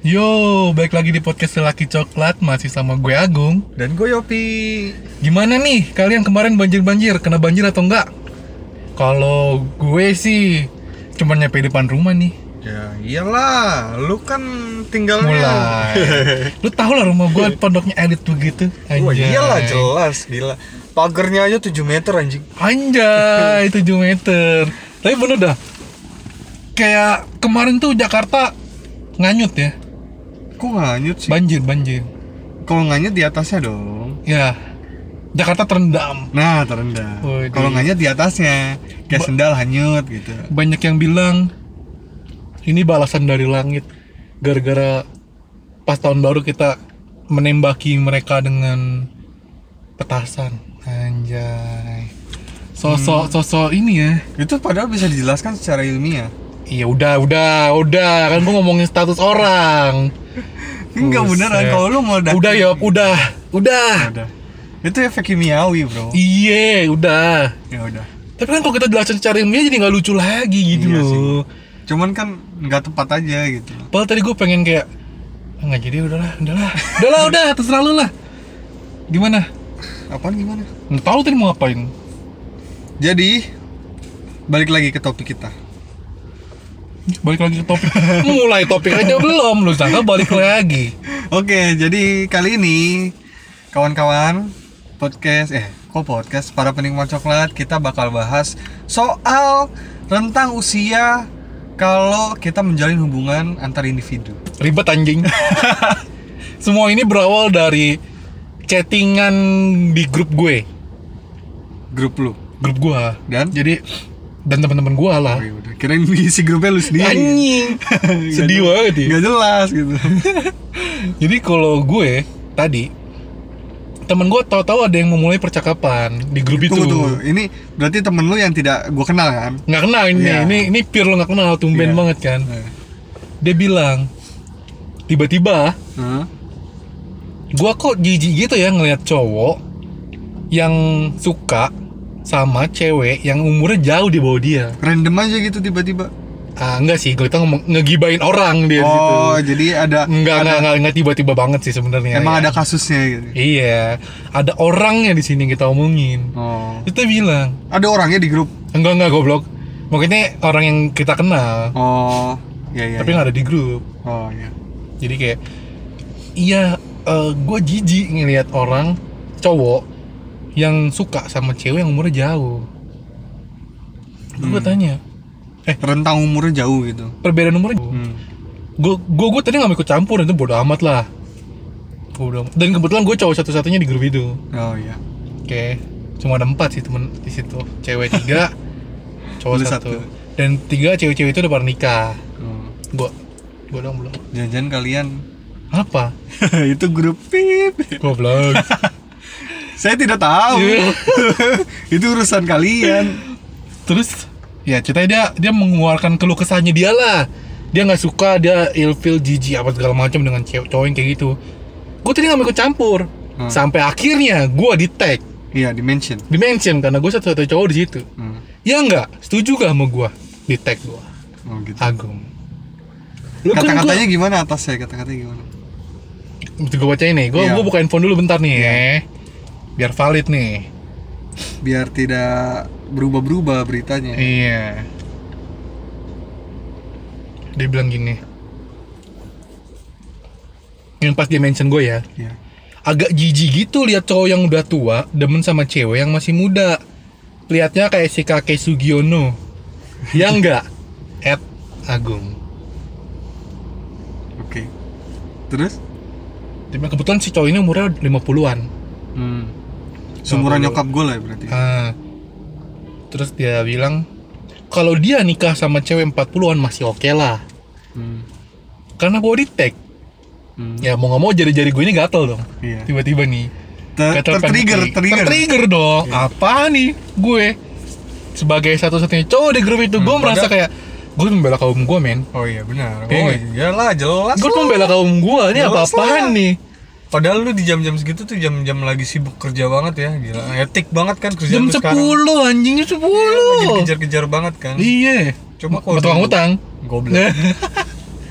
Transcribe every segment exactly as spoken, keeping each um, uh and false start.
Yo, balik lagi di podcast Lelaki Coklat. Masih sama gue Agung. Dan gue Yopi. Gimana nih, kalian kemarin banjir-banjir? Kena banjir atau enggak? Kalau gue sih cuma nyampe depan rumah nih. Ya iyalah, lu kan tinggalnya Mulai. Lu tau lah rumah gue pondoknya elit begitu. Wah iyalah jelas, gila. Pagernya aja tujuh meter anjing. Anjay, tujuh meter. Tapi bener dah, kayak kemarin tuh Jakarta nganyut ya. Kok nganyut sih? Banjir, banjir. Kalau nganyut di atasnya dong. Ya, Jakarta terendam. Nah terendam. Waduh. Kalau nganyut di atasnya, kayak Ba- sendal hanyut gitu. Banyak yang bilang ini balasan dari langit, gara-gara pas tahun baru kita menembaki mereka dengan petasan. Anjay. Sosok sosok ini ya. Itu padahal bisa dijelaskan secara ilmiah. Iya udah udah udah kan gua ngomongin status orang. Enggak Buset. beneran, kalau lu mau Udah ya, udah. Udah. Udah. Itu efek kimiawi, bro. Iya, udah. Ya udah. Tapi kan kalau kita jelasin secara ilmiah jadi nggak lucu lagi gitu Iya loh. sih. Cuman kan nggak tepat aja gitu. Padahal tadi gue pengen kayak "Ah, nggak jadi, udahlah, udahlah, udahlah, udah, terserah lu lah. Gimana? Apaan gimana? Nggak tahu tadi mau ngapain. Jadi balik lagi ke topik kita. Balik lagi ke topik. Mulai topik aja belum, lu sangka balik lagi. Oke, jadi kali ini kawan-kawan podcast eh kok podcast para penikmat coklat, kita bakal bahas soal rentang usia kalau kita menjalin hubungan antar individu. Ribet anjing. Semua ini berawal dari chattingan di grup gue, Grup lu. grup gua. Dan? Jadi dan teman-teman gua lah. Oh, iya udah. Kirain isi grupnya lu sendiri. Anjing. Sedih banget ya. Gak jelas gitu. Jadi kalau gue tadi temen gue tahu-tahu ada yang memulai percakapan di grup itu. Tunggu tunggu. Ini berarti temen lu yang tidak gua kenal kan? Nggak kenal ini, Iya. ini ini pure lo nggak kenal, tumben Iya. banget kan. Eh. Dia bilang tiba-tiba Hah? gua kok jijik gitu ya ngelihat cowok yang suka sama cewek yang umurnya jauh di bawah dia. Random aja gitu tiba-tiba. Ah enggak sih, gue kita ngomong ngegibain orang dia di situ. Oh, jadi ada Enggak, ada, enggak, enggak, enggak tiba-tiba banget sih sebenarnya. emang ya. ada kasusnya gitu. Iya, ada orangnya di sini kita omongin. Oh. Itu dia bilang, Ada orangnya di grup. enggak enggak goblok. Maksudnya orang yang kita kenal, Oh, iya iya. tapi iya. nggak ada di grup. Oh, iya. Jadi kayak, iya, gue jijik ngelihat orang cowok yang suka sama cewek yang umurnya jauh. Gue Hmm. tanya, Rentang umurnya jauh gitu. perbedaan umurnya? Hmm. Gue gue gue tadi nggak mau ikut campur, itu bodo amat lah. Bodo amat. Dan kebetulan gue cowok satu-satunya di grup itu. Oh iya. Oke, cuma ada empat sih temen di situ, cewek tiga, cowok Lu satu. satu. Dan tiga cewek-cewek itu udah pada nikah. Oh. Gue, gue dong belum. Jangan kalian Apa? itu grup pip. Goblok. Saya tidak tahu. Iya. Itu urusan kalian. Terus ya ceritanya dia dia mengeluarkan keluh kesahnya dia lah. Dia nggak suka, dia ilfeel, jijik apa segala macam dengan cewek cowok yang kayak gitu. Gue tadi nggak mau ikut campur. Hmm. Sampai akhirnya gue di tag, Iya, di mention. di mention karena gue satu-satunya cowok di situ. Hmm. Ya nggak, setuju gak sama gue di tag gue? Oh gitu. Agung. Lu kan Kata-katanya gua- gimana atasnya? Kata-katanya gimana? Mesti gue bacain nih. Gue Iya. gue buka handphone dulu bentar nih Iya. ya. Biar valid nih. Biar tidak berubah-berubah beritanya. Iya. Dia bilang gini. Yang pas dia mention gue ya. Iya. Agak jijik gitu lihat cowok yang udah tua demen sama cewek yang masih muda. Lihatnya kayak si kakek Sugiono. Ya enggak? Ed Agung. Oke. Terus? Tapi kebetulan si cowok ini umurnya lima puluhan. Hmm. Seumuran Nah, nyokap gue lah berarti. Ah. Terus dia bilang kalau dia nikah sama cewek empat puluhan masih oke lah. Hmm. Karena gue di tag. Hmm. Ya mau gak mau jari-jari gue ini gatel dong. Iya. Tiba-tiba nih. Ter- Gatel Tertrigger, pengen- tertrigger. Tertrigger dong. Iya. Apa nih gue sebagai satu-satunya cowok di grup itu, Hmm, gue merasa padahal- kayak gue membela kaum gue men. Oh iya benar. Iya Oh nggak? iyalah jelas. Gue tuh membela kaum gue. Ini Jelas apa-apaan lah. nih? Padahal lu di jam-jam segitu tuh jam-jam lagi sibuk kerja banget ya, gila. Etik banget kan kerjaan Jam lu sekarang. sepuluh anjingnya Iya, lagi sepuluh. kejar-kejar banget kan. Iya. Coba Sama tukang utang. Goblok.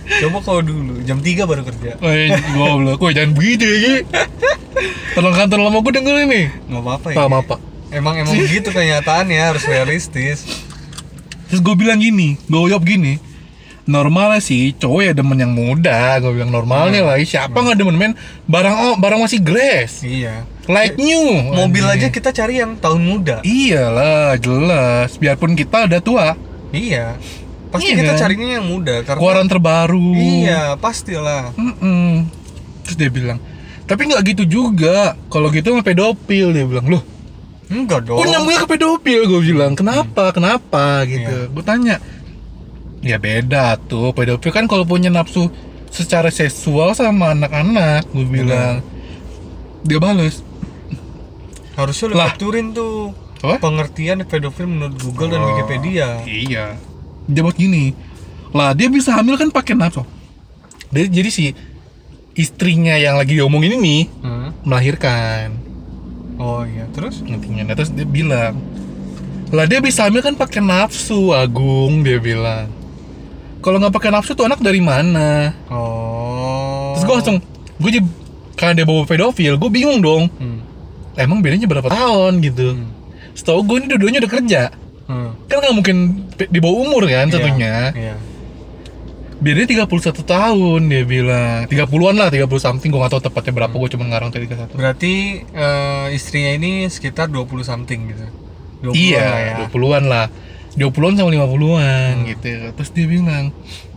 Coba kau dulu, jam tiga baru kerja. Woi, goblok, woi jangan begitu ya, Ki. Tolong kantor lama gue dengerin nih. Nggak apa-apa ya. Tak apa-apa. Emang emang gitu kenyataannya, harus realistis. Terus gue bilang gini, gue jawab gini. Normalnya sih cowok ya demen yang muda, gue bilang normalnya Hmm. lah. Siapa nggak demen men barang oh barang masih grass, Iya. like new. Mobil aja Anjing. kita cari yang tahun muda. Iyalah, jelas. Biarpun kita udah tua, Iya. Pasti Iya kita kan? carinya yang muda karena keluaran terbaru. Iya, pastilah. Mm-mm. Terus dia bilang, tapi nggak gitu juga. Kalau gitu mah pedofil, dia bilang. Loh, Enggak dong. kok nyambungnya ke pedofil? Gue bilang, kenapa? Kenapa? Gitu. Iya. Gue tanya, ya beda tuh. Pedofil kan kalau punya nafsu secara seksual sama anak-anak. Gue bilang, dia bales. Harusnya lu Lah. capturein tuh Apa? pengertian pedofil menurut Google dan Oh, Wikipedia. Iya. Dia buat gini. Lah dia bisa hamil kan pakai nafsu. Jadi, jadi si istrinya yang lagi diomongin ini Hmm. melahirkan. Oh iya, terus? Nantinya, nah, terus dia bilang, lah dia bisa hamil kan pakai nafsu, Agung, dia bilang. Kalau nggak pakai nafsu tuh anak dari mana? Oh. Terus gue langsung, gue jadi karena dia bawa pedofil, gue bingung dong. Hmm. Emang bedanya berapa tahun gitu? Hmm. Setahu gue ini dua-duanya udah kerja. Hmm. Kan nggak mungkin pe- di bawah umur kan satunya. Iya. Bedanya tiga puluh satu tahun dia bilang. tiga puluhan lah, tiga puluh something, gue nggak tahu tepatnya berapa, gue cuma ngarang tadi tiga puluh satu. Berarti eh, istrinya ini sekitar dua puluh something gitu. dua puluhan Iya, lah ya. dua puluhan lah. dua puluhan sama lima puluhan gitu. Terus dia bilang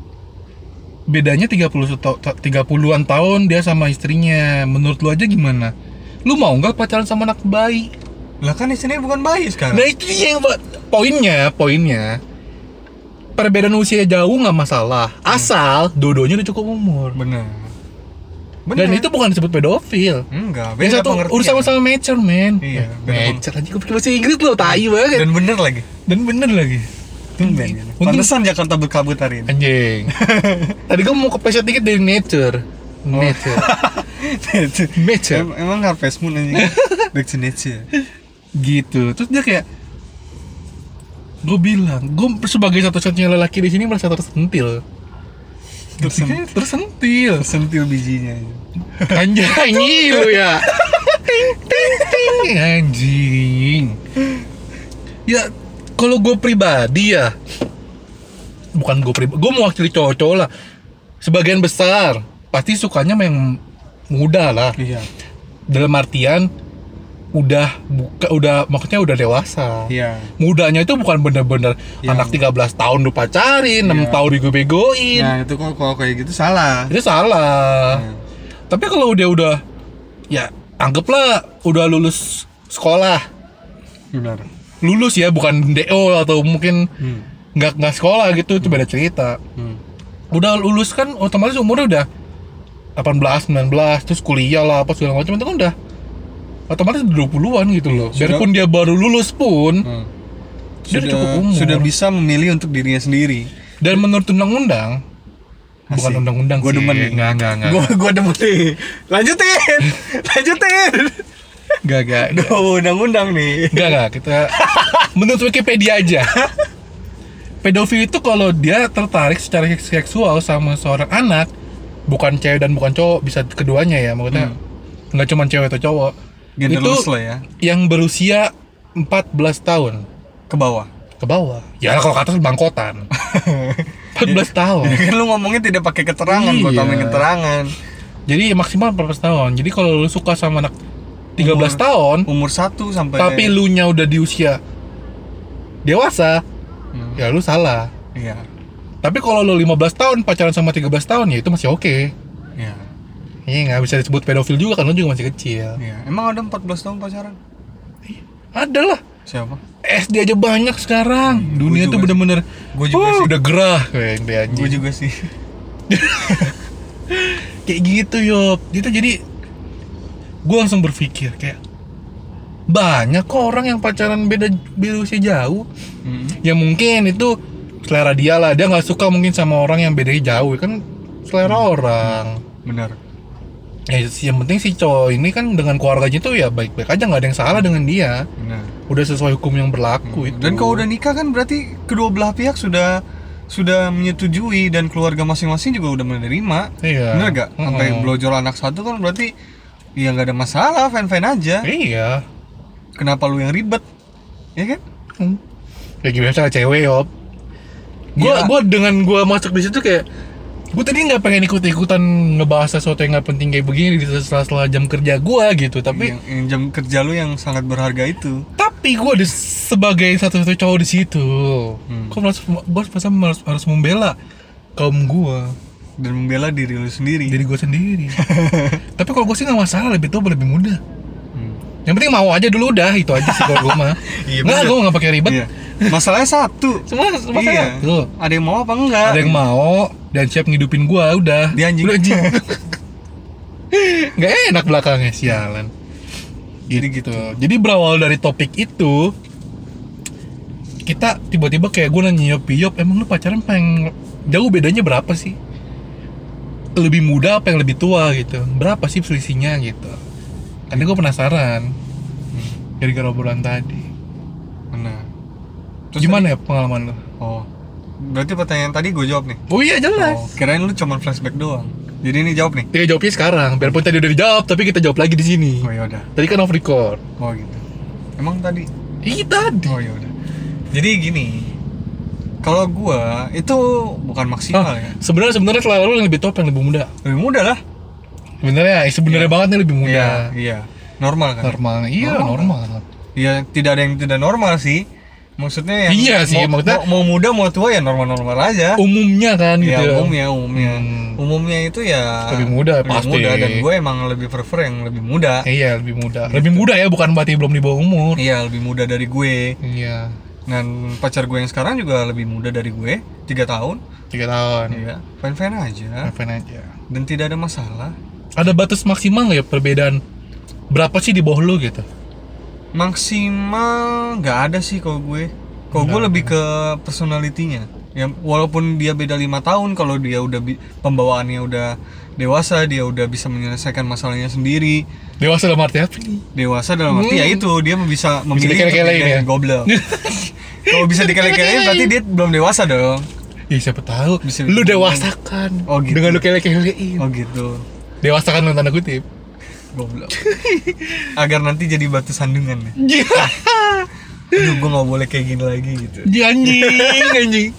bedanya tiga puluh ta- ta- tiga puluhan tahun dia sama istrinya. Menurut lu aja gimana? Lu mau nggak pacaran sama anak bayi? Lah kan istrinya bukan bayi sekarang. Nah itu dia yang buat- poinnya, poinnya perbedaan usia jauh nggak masalah, asal dua-duanya udah cukup umur. Bener. Dan itu bukan disebut pedofil. enggak, Yang beda satu pengertian. urusan sama mature man. Iya, beda mature aja gue pakai bahasa Inggris lo, tai banget. Dan bener lagi. Dan bener lagi. Tumben. Untung- Pantesan Jakarta berkabut hari ini. Anjing. Tadi gue mau kepeset dikit dari nature. Nature. Nature. Em- Emang Harvest Moon anjing. Back to nature. Gitu. Terus dia kayak gue bilang, gue sebagai satu-satunya lelaki di sini merasa tersentil. Tersen- Tersentil. Sentil bijinya. Anjing lu ya. Ting ting ting anjing. Ya kalau gue pribadi ya, bukan gue pribadi, gue mewakili cowok-cowok lah. Sebagian besar pasti sukanya sama yang muda lah. Iya. Dalam artian udah buka udah maksudnya udah dewasa. Iya. Mudanya itu bukan bener-bener Yang- anak tiga belas tahun lu pacarin, enam Iya. tahun bego-begoin. Nah, itu kok kalau kayak gitu salah. Itu salah. Nah, Tapi kalau dia udah ya anggaplah udah lulus sekolah. benar. Lulus ya, bukan D O atau mungkin Hmm. nggak nggak sekolah gitu, itu beda cerita. Hmm. Udah lulus kan otomatis umurnya udah delapan belas, sembilan belas, terus kuliah lah apa segala macam, itu kan udah otomatis udah dua puluhan gitu loh. Sudah- Biarpun dia baru lulus pun Hmm. dia udah Sudah, cukup umur. sudah bisa memilih untuk dirinya sendiri. Dan menurut undang-undang, bukan Asik. undang-undang Gua sih. demen nih. Nggak, nggak, nggak. Gua gua demen nih. Lanjutin. Lanjutin. Nggak, nggak, nggak. Gua undang-undang nih. Enggak, enggak, kita menurut Wikipedia aja. Pedofil itu kalau dia tertarik secara seksual sama seorang anak, bukan cewek dan bukan cowok, bisa keduanya ya, maksudnya nggak cuma cewek atau cowok. Genderless itu lah ya. yang berusia empat belas tahun Ke bawah. ke bawah. Ya kalau ke atas bangkotan. empat belas tahun. Ya kan lu ngomongnya tidak pakai keterangan, gua Iya. tambahin keterangan. Jadi maksimal empat belas tahun. Jadi kalau lu suka sama anak tiga belas Umur- tahun, Umur satu sampai tapi lu nya udah di usia dewasa, Hmm. ya lu salah. Iya. Tapi kalau lo lima belas tahun pacaran sama tiga belas tahun ya itu masih oke. Iya. Iya nggak bisa disebut pedofil juga kan lo juga masih kecil. Iya. Emang ada empat belas tahun pacaran? Ada lah. Siapa? S D aja banyak sekarang. Iya, Dunia gua tuh juga bener-bener Gua juga oh, sih. udah gerah kayak yang dia anjing. Gue juga sih. Kayak gitu Yop. Gitu jadi gue langsung berpikir kayak banyak kok orang yang pacaran beda beda usia jauh. Hmm. Ya mungkin itu selera dia lah. Dia nggak suka mungkin sama orang yang bedanya jauh kan selera orang. Benar. Ya yang penting si cowok ini kan dengan keluarganya tuh ya baik-baik aja, nggak ada yang salah dengan dia. Benar. Udah sesuai hukum yang berlaku itu. Dan kalau udah nikah kan berarti kedua belah pihak sudah sudah menyetujui dan keluarga masing-masing juga udah menerima. Iya. Bener gak? Sampai Mm-mm. blowjob anak satu kan berarti ya nggak ada masalah, fine-fine aja. Iya. Kenapa lu yang ribet? Ya kan? Hmm. Kayak gimana cara cewek yop. Gue Iya. gua dengan gue masuk di situ kayak gue tadi nggak pengen ikut-ikutan ngebahas sesuatu yang nggak penting kayak begini di setelah jam kerja gue gitu, tapi yang, yang jam kerja lu yang sangat berharga itu. tapi gue di, sebagai satu-satu cowok di situ, Hmm. gue merasa gue harus, harus membela kaum gue, Dan membela diri lu sendiri. diri gue sendiri. Tapi kalau gue sih nggak masalah, lebih tua lebih muda. Hmm. Yang penting mau aja dulu udah, itu aja sih kalau gue mah. Iya, Nggak, bener. gue nggak pakai ribet. Iya. Masalahnya satu. Semua semua Iya. satu. Ada yang mau apa enggak? Ada yang mau dan siap ngidupin gua udah. Dia anjing. Udah anjing. Nggak enak belakangnya, sialan. Jadi Gitu. Jadi berawal dari topik itu, kita tiba-tiba kayak gue nanya Yop, Yop, emang lu pacaran pengen jauh bedanya berapa sih? Lebih muda apa yang lebih tua gitu? Berapa sih selisihnya gitu? Karena gue penasaran. Gara-gara obrolan tadi. Benar. Terus Gimana ya pengalaman lu? tadi- oh. Berarti pertanyaan tadi gue jawab nih. Oh iya jelas. Oh, kirain lu cuma flashback doang. Jadi ini jawab nih. Ya jawabnya sekarang, biarpun tadi udah dijawab, tapi kita jawab lagi di sini. Oh ya udah. Tadi kan off record. Oh gitu. Emang tadi? Iya tadi. Oh ya udah. Jadi gini. Kalau gua itu bukan maksimal Ah, ya. sebenarnya sebenarnya selalu yang lebih top yang lebih muda. Lebih mudah lah. Sebenarnya sebenarnya Iya. banget nih lebih muda. Iya, iya. Normal kan? Normal. Iya, Normal. normal. Iya, tidak ada yang tidak normal sih. Maksudnya yang Iya sih, mau, maksudnya- mau, mau muda mau tua ya normal-normal aja. Umumnya kan gitu. Ya umumnya, umumnya. Hmm. Umumnya itu ya Lebih muda, lebih pasti. muda, dan gue emang lebih prefer yang lebih muda. Iya, lebih muda. Lebih muda ya, bukan berarti belum di bawah umur. Iya, lebih muda dari gue. Iya. Dan pacar gue yang sekarang juga lebih muda dari gue, tiga tahun. Tiga tahun. Iya, fine-fine aja. Ngapain aja. Dan tidak ada masalah. Ada batas maksimal nggak ya perbedaan? Berapa sih di bawah lu gitu? Maksimal nggak ada sih kalau gue. Kalau gue Nggak lebih ke personalitinya. Ya walaupun dia beda lima tahun, kalau dia udah bi- pembawaannya udah dewasa, dia udah bisa menyelesaikan masalahnya sendiri. Dewasa dalam arti apa nih? Dewasa dalam arti Hmm. ya itu dia bisa memilih untuk dikele-kelein jadi ya? goblok. Kalau bisa dikele-kelein berarti dia belum dewasa dong. Ya siapa tahu. Bisa- Lu dewasakan. Oh, gitu. Dengan lu kele-kelein. Oh gitu. Dewasakan dalam tanda kutip. Goblok. Agar nanti jadi batu sandungan ya. Aduh, gue nggak boleh kayak gini lagi gitu. Dia anjing, anjing.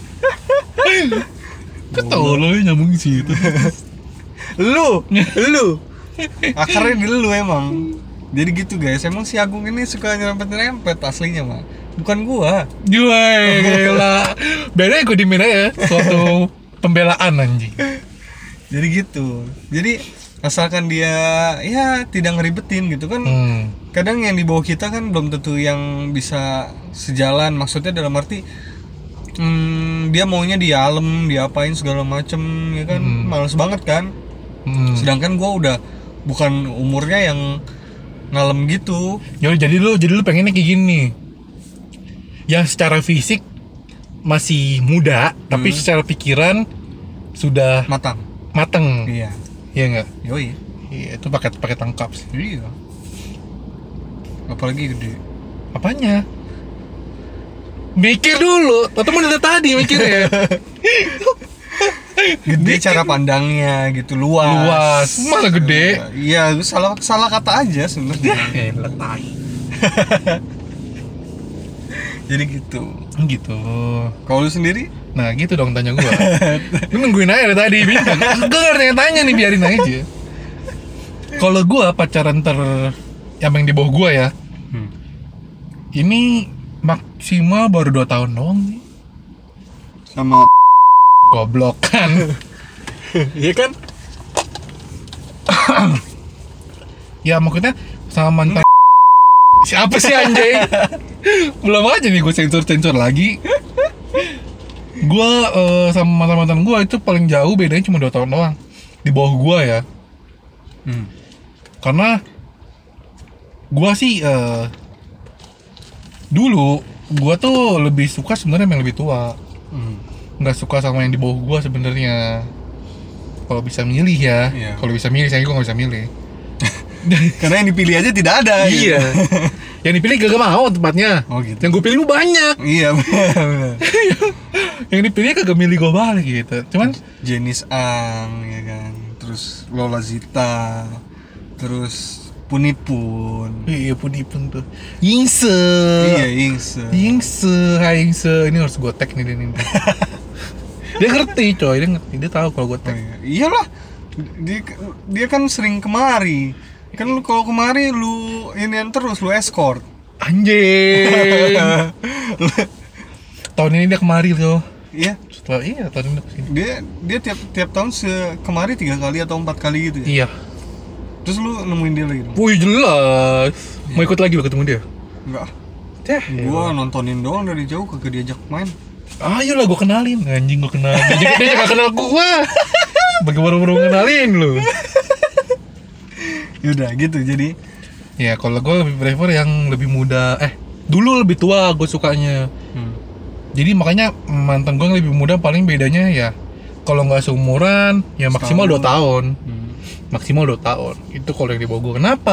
Kok tau lo nyambung di situ? Lu, lu. Akarnya di lu emang. Jadi gitu guys, emang si Agung ini suka nyerempet-nyerempet aslinya mah. Bukan gua. Gue gila. Bedanya gue dimin aja suatu pembelaan anjing. Jadi gitu. Jadi asalkan dia ya tidak ngeribetin gitu kan. Hmm. Kadang yang di bawah kita kan belum tentu yang bisa sejalan. Maksudnya dalam arti hmm, dia maunya dialem, diapain segala macem ya kan. Hmm. Males banget kan. Hmm. Sedangkan gua udah bukan umurnya yang ngalem gitu. Ya udah, jadi lu jadi lu pengennya kayak gini. Yang secara fisik masih muda, tapi Hmm. secara pikiran sudah Matang. mateng. Iya. Iya enggak? Yoi. Iya, itu pakai pakai tangkap sih. Iya. Apalagi gede. Apanya? Mikir dulu. Atau mau dari tadi mikirnya. Gede cara pandangnya gitu, luas. Luas. Mana gede? Iya, salah salah kata aja sebenarnya. Eh, letai. Jadi gitu. Gitu. Kalau lu sendiri? Nah, gitu dong tanya gua. Lu nungguin aja dari tadi bintang. Gua ngerti yang tanya nih, biarin aja. Kalau gua pacaran ter yang yang di bawah gua ya. Hmm. Ini maksimal baru dua tahun doang nih. Sama Goblok kan. Iya kan? Ya maksudnya sama mantan. Siapa sih anjing? Belum aja nih gue sensor-sensor lagi. Gue eh, sama mantan-mantan gue itu paling jauh bedanya cuma dua tahun doang. Di bawah gue ya. hmm. Karena gue sih eh, dulu gue tuh lebih suka sebenarnya yang lebih tua. Hmm. Nggak suka sama yang di bawah gue sebenarnya. Kalau bisa milih ya. Iya. Kalau bisa milih, saya gue nggak bisa milih. Karena yang dipilih aja tidak ada. Iya. gitu. Yang dipilih gak mau tempatnya. Oh gitu. Yang gue pilih lu banyak. Iya benar. Yang dipilih kagak milih gue balik gitu. Cuman Jenis Ang ya kan. Terus Lola Zita. Terus Punipun. iya pun-pun tuh. Yingse. Iya, Ingse. Yingse, hai Yingse. Ini harus gue tag nih dia nih. Dia ngerti coy, dia ngerti. Dia tahu kalau gue Oh, tag. iya. Iyalah. Dia, dia kan sering kemari. Kan lu kalau kemari lu inian terus, lu escort. Anjing. Tahun ini dia kemari tuh. Iya. Setelah iya tahun ini kesini. Dia dia tiap tiap tahun se kemari tiga kali atau empat kali gitu ya. Iya. Terus lu nemuin dia lagi dong? Wih jelas. Mau ikut lagi lo ketemu dia? Enggak. Teh. Gua nontonin doang dari jauh, kagak diajak main. Ayo lah gue kenalin. Anjing gue kenalin. Dia juga, dia juga kenal gue. Bagaimana baru kenalin lu? Yaudah gitu jadi. Ya kalau gue lebih prefer yang lebih muda. Eh dulu lebih tua gue sukanya. Hmm. Jadi makanya mantan gue yang lebih muda paling bedanya ya kalau nggak seumuran ya maksimal dua tahun. Hmm. Maksimal dua tahun. Itu kalau yang di bawah gue. Kenapa?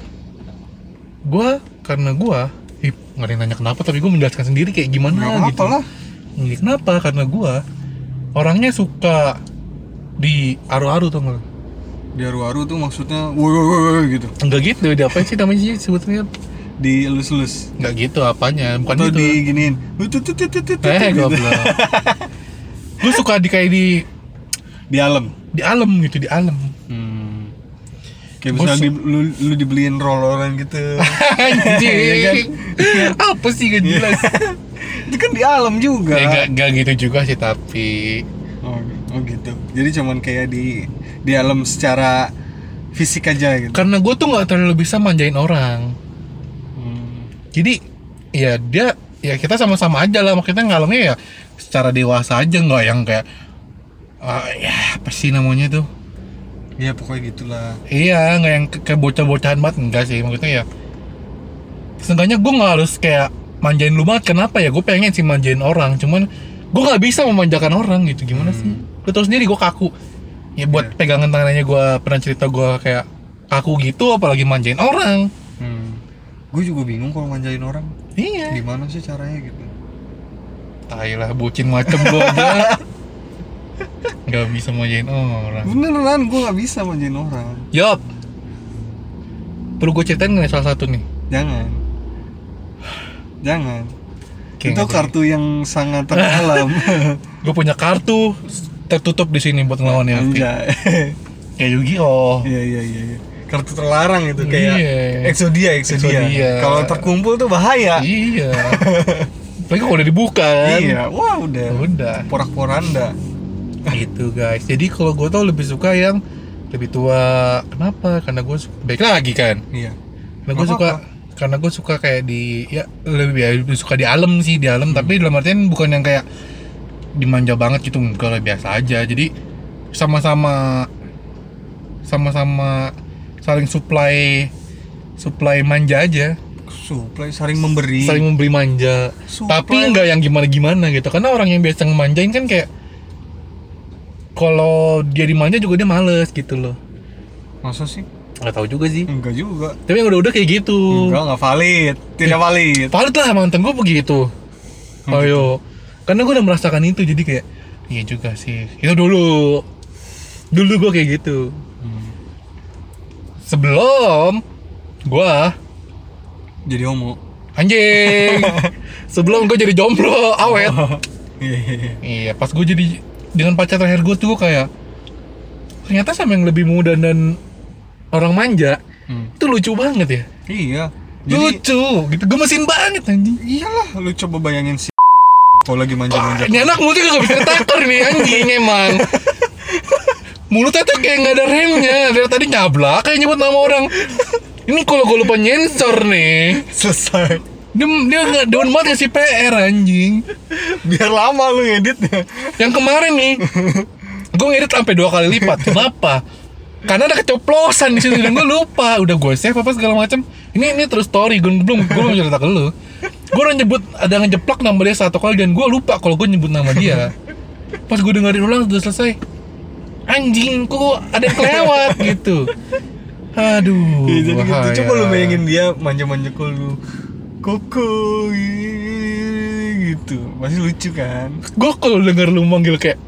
Gue karena gue ih, nggak ada yang nanya kenapa tapi gue menjelaskan sendiri kayak gimana Nggak gitu. apa-apa lah. Ini kenapa? Karena gue orangnya suka di aru-aru tuh nggak? Di aru-aru tuh maksudnya woi woi woi gitu. Enggak gitu. Di apa sih namanya sih sebetulnya? Di elus-elus. Nggak gitu apanya? Bukan Atau itu. diginiin. Tut, tut, tut, tut, tut, Eh gitu. goblok. Gue suka di kayak di Di alam. di alam gitu di alam. Hmm. Kayak Gua misalnya su- di, lu, lu dibeliin roll-rollan gitu. Anjing. Iya kan? Apa sih gak jelas? Itu kan di alam juga. Ya gak, gak gitu juga sih tapi Oh, oh gitu. Jadi cuman kayak di di alam secara fisik aja gitu. karena gue tuh nggak terlalu bisa manjain orang. Hmm. Jadi ya dia ya kita sama-sama aja lah maksudnya ngalamnya ya secara dewasa aja nggak yang kayak ah, ya apa sih namanya tuh? Ya pokoknya gitulah. Iya nggak yang ke- kayak bocah-bocahan banget enggak sih maksudnya ya. Seenggaknya gue nggak harus kayak manjain lu banget. Kenapa ya? Gue pengen sih manjain orang cuman gue nggak bisa memanjakan orang gitu gimana Hmm. sih? Lu tau sendiri gue kaku. Ya buat Iya. pegangan tangannya gue pernah cerita gue kayak kaku gitu apalagi manjain orang. Hmm. Gue juga bingung kalau manjain orang. Iya. Gimana sih caranya gitu? Tai lah bucin macem gue aja. Gak bisa manjain orang. Beneran gue nggak bisa manjain orang. Yop. Perlu gue ceritain nggak salah satu nih? Jangan. Jangan. Oke, Itu nggak kartu yang sangat terdalam. Gue punya kartu tertutup di sini buat ngelawan Elvi. Anjay. Kayak Yu-Gi-Oh. Iya iya iya. iya. Kartu terlarang itu kayak Iya. Exodia Exodia. Exodia. Kalau terkumpul tuh bahaya. Iya. Apalagi kalau udah dibuka kan. Iya. Wah udah. Udah. Porak-poranda. Gitu guys. Jadi kalau gue tau lebih suka yang lebih tua. Kenapa? Karena gue suka baik lagi kan. Iya. Karena gue Nggak suka apa-apa. karena gue suka kayak di ya lebih, ya, lebih suka di alam sih di alam Hmm. tapi dalam artian bukan yang kayak dimanja banget gitu enggak lah biasa aja jadi sama-sama sama-sama saling supply supply manja aja Supply saling memberi. saling memberi manja Supply. tapi enggak yang gimana-gimana gitu karena orang yang biasa ngemanjain kan kayak kalau dia dimanja juga dia males gitu loh Masa sih? nggak tahu juga sih Enggak juga. tapi yang udah-udah kayak gitu Enggak, enggak valid. Tidak valid. valid lah mantan gue begitu Oh, ayo karena gue udah merasakan itu jadi kayak iya juga sih itu dulu dulu gue kayak gitu Hmm. sebelum gue Jadi homo. anjing sebelum gue jadi jomblo awet Iya iya iya. iya pas gue jadi dengan pacar terakhir gue tuh kayak ternyata sama yang lebih muda dan orang manja Hmm. itu lucu banget ya Iya. Jadi lucu gitu gemesin banget anjing. iyalah lu coba bayangin si kalau lagi Wah, manja-manja. ini anak mulutnya gak bisa ditakar nih anjing emang. Mulutnya tuh kayak gak ada remnya. Dari tadi nyablak kayak nyebut nama orang. Ini kalau gue lupa nyensor nih. Selesai. Dia dia nggak down banget ngasih P R anjing. Biar lama lu ngeditnya. Yang kemarin nih, gue ngedit sampai dua kali lipat. Kenapa? Karena ada kecoplosan di situ dan gue lupa. Udah gue save apa segala macam. Ini ini terus story. Gue belum gue belum cerita ke lu. Gue udah nyebut ada ngejeplak nama dia satu kali dan gue lupa kalau gue nyebut nama dia. Pas gue dengerin ulang udah selesai. Anjing, kok ada yang kelewat gitu. Aduh, Ya, jadi gitu. bahaya. Coba lu bayangin dia manja-manja ke lu, koko gitu, pasti lucu kan? Gue kalau denger lu manggil kayak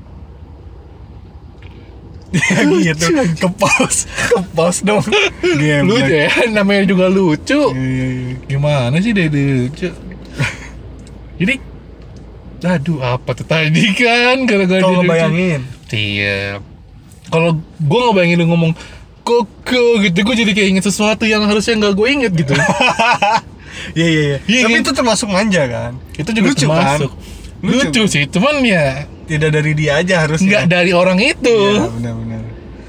Ya gitu, ke pause, ke pause dong. Game lucu ya, namanya juga lucu. Iya iya iya. Gimana sih Dede lucu? Jadi, aduh apa tuh tadi kan gara-gara Kau dia lucu. ngebayangin? Iya. Kalau gue ngebayangin lu ngomong koko gitu, gue jadi kayak inget sesuatu yang harusnya nggak gue inget gitu. Iya iya iya. Iya, Tapi kan? itu termasuk manja kan? Itu juga Lucu termasuk. kan? Lucu, Lucu. sih, cuman ya Tidak dari dia aja harusnya. nggak dari orang itu. Iya benar-benar.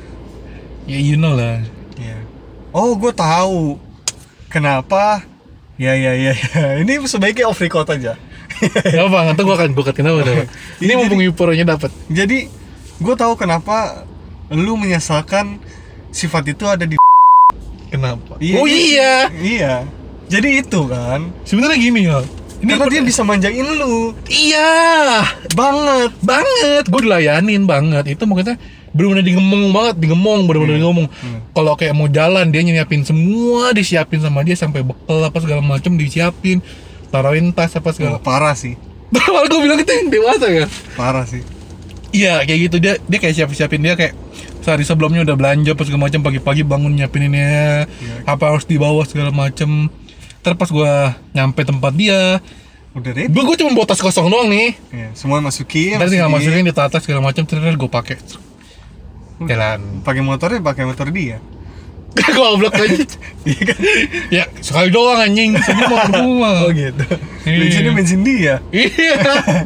Ya you know lah. Iya. Oh, gue tahu. Kenapa? Ya ya ya ya. Ini sebaiknya off record aja. Gak apa, nanti gue akan gue akan kenapa kenapa. Ini Jadi- mumpung euforia dapat. Jadi, gue tahu kenapa lu menyesalkan sifat itu ada di. Kenapa? Iya, Oh iya. Iya. Jadi itu kan. Sebenarnya gini ya. Ini Karena per- dia bisa manjain lu Iya. banget. Banget. Gue dilayanin banget. Itu maksudnya bener-bener digemong banget, digemong, bener-bener Hmm. digemong. Hmm. Kalau kayak mau jalan dia nyiapin semua, disiapin sama dia sampai bekal apa segala macam disiapin. Taruhin tas apa Oh, segala. parah sih. Kalau gue bilang itu yang dewasa ya. Parah sih. Iya kayak gitu, dia dia kayak siap-siapin, dia kayak sehari sebelumnya udah belanja pas segala macam, pagi-pagi bangun nyiapin ini ya, Iya. apa harus dibawa segala macam. Terus pas gua nyampe tempat dia, Udah ready. gua, gua cuma bawa tas kosong doang nih. Iya, semua masukin. Terus tinggal masukin. masukin di atas segala macam, terus gua pakai jalan. Pakai motornya pakai motor dia. Goblok aja. Iya kan? Ya sekali doang anjing, semua mau ke rumah. Oh gitu. Iya. Bensinnya bensin dia. Iya.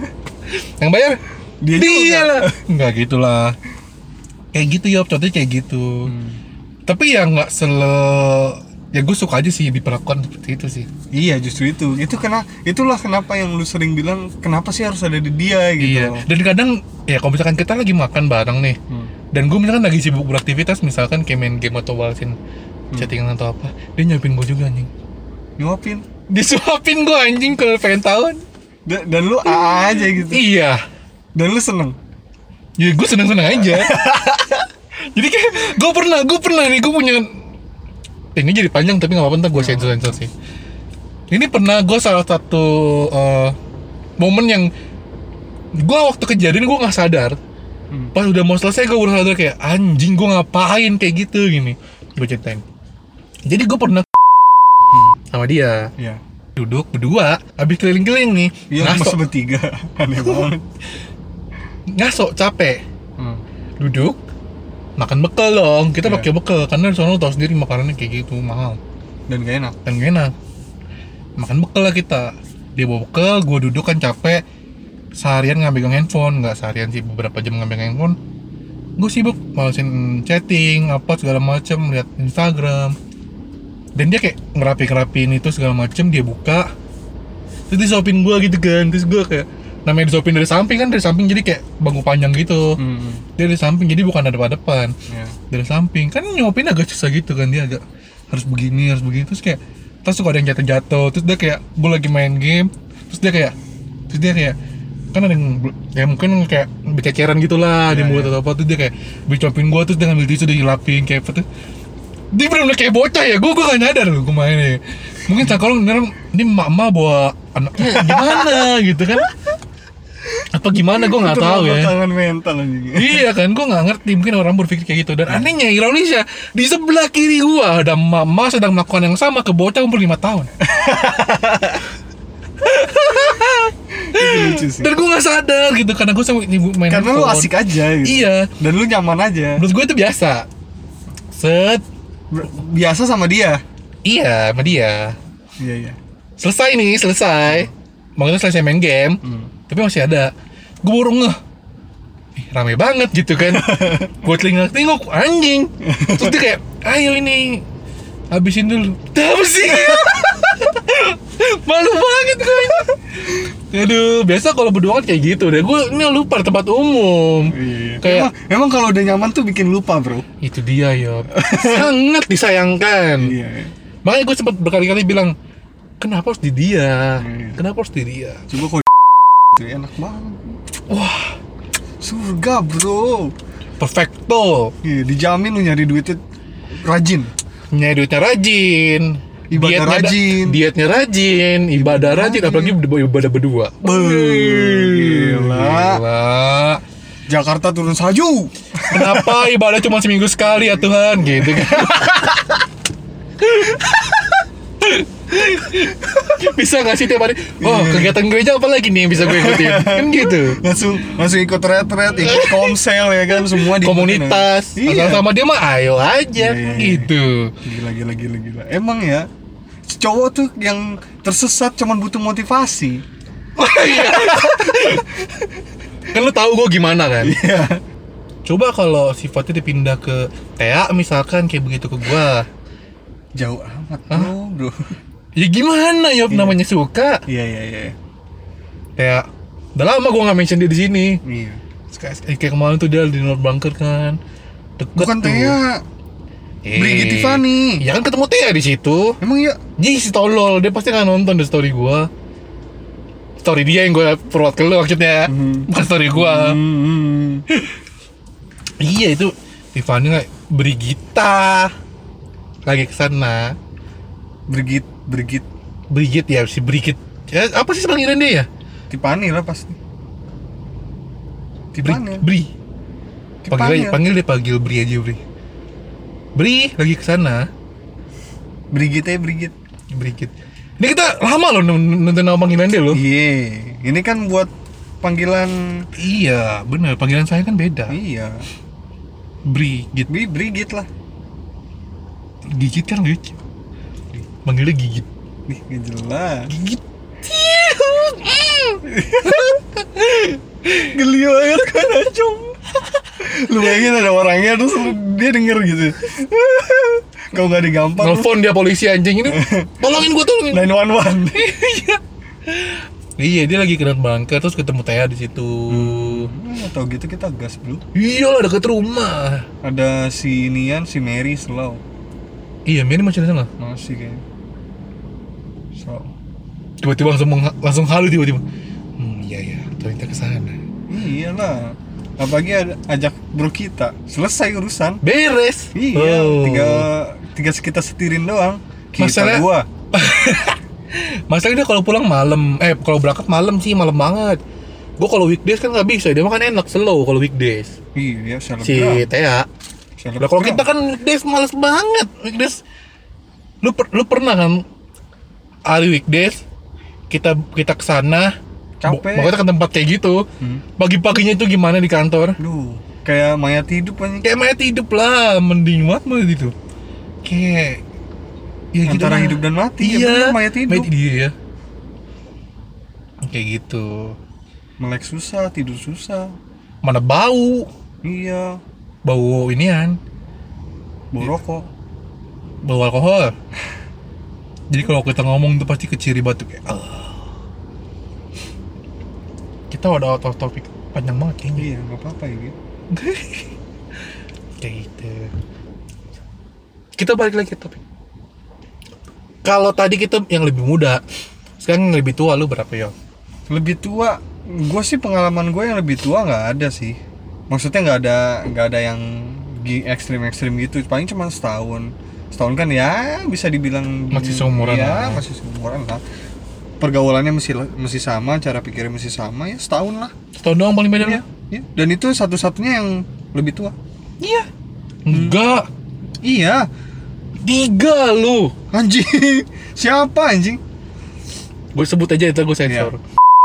Yang bayar Dia dia juga. lah. Enggak gitulah. Kayak gitu ya, contohnya kayak gitu. Hmm. Tapi ya nggak sele, ya gue suka aja sih diperlakukan seperti itu sih. Iya justru itu. Itu kena itulah kenapa yang lu sering bilang kenapa sih harus ada di dia gitu. Iya. Dan kadang ya kalau misalkan kita lagi makan bareng nih, Hmm. dan gue misalkan lagi sibuk beraktivitas, misalkan kayak main game atau balesin chattingan atau apa, dia nyiapin gue juga anjing. Nyuapin. Disuapin gue anjing kalau pengen tahu. Da- dan lu A aja gitu. Iya. Dan lu seneng. Ya gue seneng-seneng aja. Jadi kayak gue pernah, gue pernah nih gue punya. Ini jadi panjang tapi nggak apa-apa, ntar gue sensor-sensor sih. Ini pernah gue salah satu eh, momen yang gue waktu kejadian gue nggak sadar. Hmm. Pas udah mau selesai gue baru sadar kayak anjing gue ngapain kayak gitu gini. Gue ceritain. Jadi gue pernah sama dia Iya. duduk berdua, habis keliling-keliling nih, Iya masa ngaso, bertiga. Aneh banget. ngaso capek, Hmm. duduk, makan bekal dong. Kita Iya. pakai bekal karena di sana lu tahu sendiri makanannya kayak gitu mahal Dan gak enak. dan gak enak. Makan bekal lah kita. Dia bawa bekal, gue duduk kan capek. Seharian nggak pegang handphone, nggak seharian sih, beberapa jam nggak pegang handphone. Gue sibuk malesin chatting, apa segala macem, lihat Instagram. Dan dia kayak ngerapi-ngerapiin itu segala macem, dia buka. Terus disuapin gue gitu kan, terus gue kayak namanya disuapin dari samping kan, dari samping jadi kayak bangku panjang gitu. Hmm. Dia dari samping jadi bukan dari depan. Iya. Dari samping kan nyuapin agak susah gitu kan, dia agak harus begini harus begini, terus kayak terus suka ada yang jatuh-jatuh, terus dia kayak gue lagi main game, terus dia kayak terus dia kayak kan ada yang bel- ya mungkin kayak bececeran gitulah di Iya, mulut iya. atau apa, terus dia kayak dicopin gue, terus dia ngambil tisu dia dilapin kayak apa tuh, dia bener-bener kayak bocah ya, gue gue gak nyadar loh gue mainnya. Mungkin kalau beneran ini emak-emak bawa anaknya gimana gitu kan, apa gimana gue nggak Itu tahu ya. belakangan mental anjing. Iya kan, gue nggak ngerti, mungkin orang berpikir kayak gitu. Dan anehnya, ironisnya, di sebelah kiri gue ada mama sedang melakukan yang sama ke bocah umur lima tahun. Itu lucu sih. Dan gue nggak sadar gitu, karena gue sama ibu main Karena lu handphone. asik aja gitu. Iya, Dan lu nyaman aja. menurut gue itu biasa. Set, Ber- Biasa sama dia. iya sama dia. Iya iya. Selesai nih, selesai. Makanya selesai main game, Hmm. tapi masih ada. Gue baru ngeh, ih, rame banget gitu kan. Gue telinga-tengok, anjing. Terus dia kayak, ayo ini habisin dulu. Apa sih? Malu banget gue. Aduh, biasa kalau berdua kan kayak gitu deh. Gue ini lupa di tempat umum. Iya. Kayak Emang, emang kalau udah nyaman tuh bikin lupa, Bro. itu dia ya. Sangat disayangkan. Iya. Makanya gue sempat berkali-kali bilang, kenapa harus di dia? Iya. Kenapa harus di dia? Coba kok itu enak banget. Wah, Surga, Bro. perfecto. Iya, dijamin lu nyari duitnya rajin. Nyari duitnya rajin. Ibadah Dietnya da- rajin. Dietnya rajin, ibadah rajin, apalagi ibadah berdua. Gila. Gila. Jakarta turun salju. Kenapa ibadah cuma seminggu sekali ya Tuhan, gitu kan. Bisa gak sih tiap hari, oh kegiatan gereja apa lagi nih yang bisa gue ikutin, kan gitu. Langsung langsung ikut retret, ikut komsel ya kan, semua di Komunitas, iya. asal sama dia mah ayo aja, Iya, iya, iya. gitu. Gila gila gila gila. Emang ya, cowok tuh yang tersesat cuman butuh motivasi. Kan lu tahu gue gimana kan. Iya. Coba kalau sifatnya dipindah ke Tea misalkan kayak begitu ke gua, Jauh amat bro, bro. ya gimana ya, namanya suka. Iya iya iya. Kayak udah lama gua nggak mention dia di sini. Iya. Kayak kayak kemarin tuh dia di North Bunker kan, deket Bukan tuh. Tea, Eh, Brigitte Tiffany. ya kan ketemu Tea di situ. Emang iya? Ji si tolol, dia pasti nggak nonton di story gua. Story dia yang gua forward ke lu maksudnya, Mhm. bukan story gua. Hmm. Iya itu Tiffany nggak, Brigitta lagi kesana. Brigitte, Brigitte Brigitte ya, si Brigitte. Ya, apa sih panggilan dia ya? Tiffany lah pasti. Bri, Tiffany. Bri. Panggil, Tiffany. aja- panggil dia panggil Bri aja Bri. Bri lagi kesana. Brigitte, Brigitte. Brigitte. Ini kita lama loh n- nonton nama panggilan dia loh. Iya, ini kan buat panggilan. Iya, bener. Panggilan saya kan beda. Iya. Brigitte. Bri, Brigitte lah. Gigit kan lucu. Manggilnya gigit. Nih, gak jelas. Gigit. Geli banget kan acung. Lu bayangin ada orangnya terus lu- dia denger gitu. Kau gak digampang. Nelfon dia polisi anjing ini. Tolongin gua, tolongin. nine one one. Iya. Iya, dia lagi kena bangka terus ketemu Tea di situ. Hmm, tau gitu kita gas bro. Iyalah deket rumah. Ada si Nian, si Mary slow. Iya, Mary masih di sana. Masih kayaknya. So. Tiba-tiba langsung mengha- langsung halu tiba-tiba. Hmm, iya ya, ternyata ke sana. Iyalah. Apalagi ada ajak bro kita. Selesai urusan. Beres. Iya, Oh. tiga tiga kita setirin doang. Kita Masalah- gua. Masalahnya dia kalau pulang malam, eh kalau berangkat malam sih malam banget. Gua kalau weekdays kan nggak bisa, dia makan enak slow kalau weekdays. Iya, selebgram. Si Tea. Selebgram. Lah kalau kita kan weekdays males banget. Weekdays lu per, lu pernah kan hari weekdays kita kita kesana Capek. makanya ke tempat kayak gitu. Hmm. Pagi-paginya itu gimana di kantor? Duh, kayak mayat hidup anjing. Kayak mayat hidup lah, mending banget mah gitu. Kayak ya gitu Antara lah. hidup dan mati, ya Iya, bener, mayat hidup. iya ya. Kayak gitu. Melek susah, tidur susah. Mana bau? Iya, Bau inian, bau rokok. bau alkohol. Jadi kalau kita ngomong tuh pasti keciri batu kayak ah. Kita udah out of topic panjang banget kayaknya. Iya, nggak apa-apa ya gitu. Kayak gitu. Kita balik lagi ke topik. Kalau tadi kita yang lebih muda, sekarang yang lebih tua, lu berapa ya? Lebih tua, gue sih pengalaman gue yang lebih tua nggak ada sih. Maksudnya nggak ada nggak ada yang ekstrim-ekstrim gitu. Paling cuma setahun. Setahun kan ya bisa dibilang Masih seumuran ya, lah. masih seumuran lah. Pergaulannya masih masih sama, cara pikirnya masih sama ya setahun lah. Setahun doang paling beda Iya, lu? iya. Dan itu satu-satunya yang lebih tua. Iya. Enggak. Iya, Tiga lu. anjing. Siapa anjing? Gue sebut aja itu gue sensor.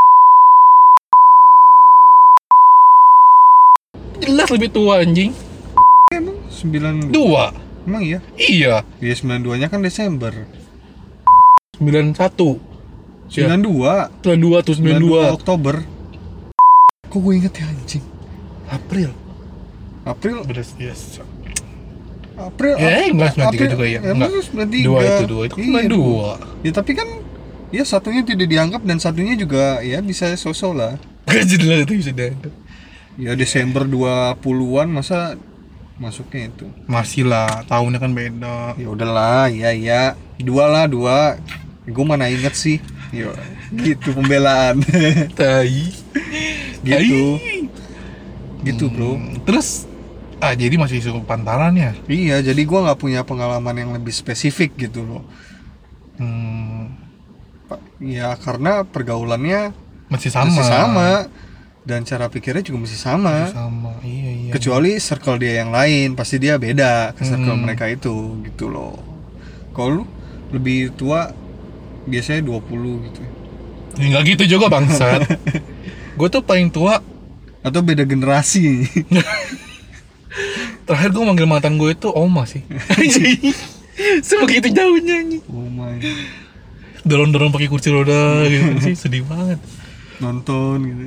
Jelas lebih tua anjing. Emang sembilan Dua. Emang iya? Iya. Iya sembilan dua-nya kan Desember. Sembilan satu. sembilan dua. Sembilan dua tuh sembilan dua. Oktober. Kok gue inget ya anjing? April. April. Beres. Yes. April. Ya, Ap- enggak sembilan tiga April- juga ya. Ya, Enggak. maksudnya sembilan tiga. Dua itu dua itu Iya, sembilan dua. Ya tapi kan ya satunya tidak dianggap dan satunya juga ya bisa sosok lah. Gak jelas itu bisa dianggap. Ya Desember dua puluhan masa masuknya itu. Masih lah, tahunnya kan beda. Ya udahlah, ya ya. Dua lah, dua. Gue mana inget sih. Yo, gitu pembelaan. Tai. gitu. Tai. Gitu, Bro. Hmm, Terus Ah, jadi masih isu pantaran ya? Iya, jadi gue nggak punya pengalaman yang lebih spesifik gitu loh. Hmm, Pa- Ya karena pergaulannya masih sama. masih sama dan cara pikirnya juga masih sama. Masih sama. Iya, iya. Kecuali circle dia yang lain, pasti dia beda ke circle Hmm. mereka itu gitu loh. Kalau lu lebih tua biasanya dua puluh gitu. Ya, nggak gitu juga bangsat. Gue tuh paling tua. Atau beda generasi. Terakhir gue manggil mantan gue itu Oma sih. Sebegitu jauhnya nih. Oh my. Dorong-dorong pakai kursi roda gitu sih, sedih banget. Nonton gitu.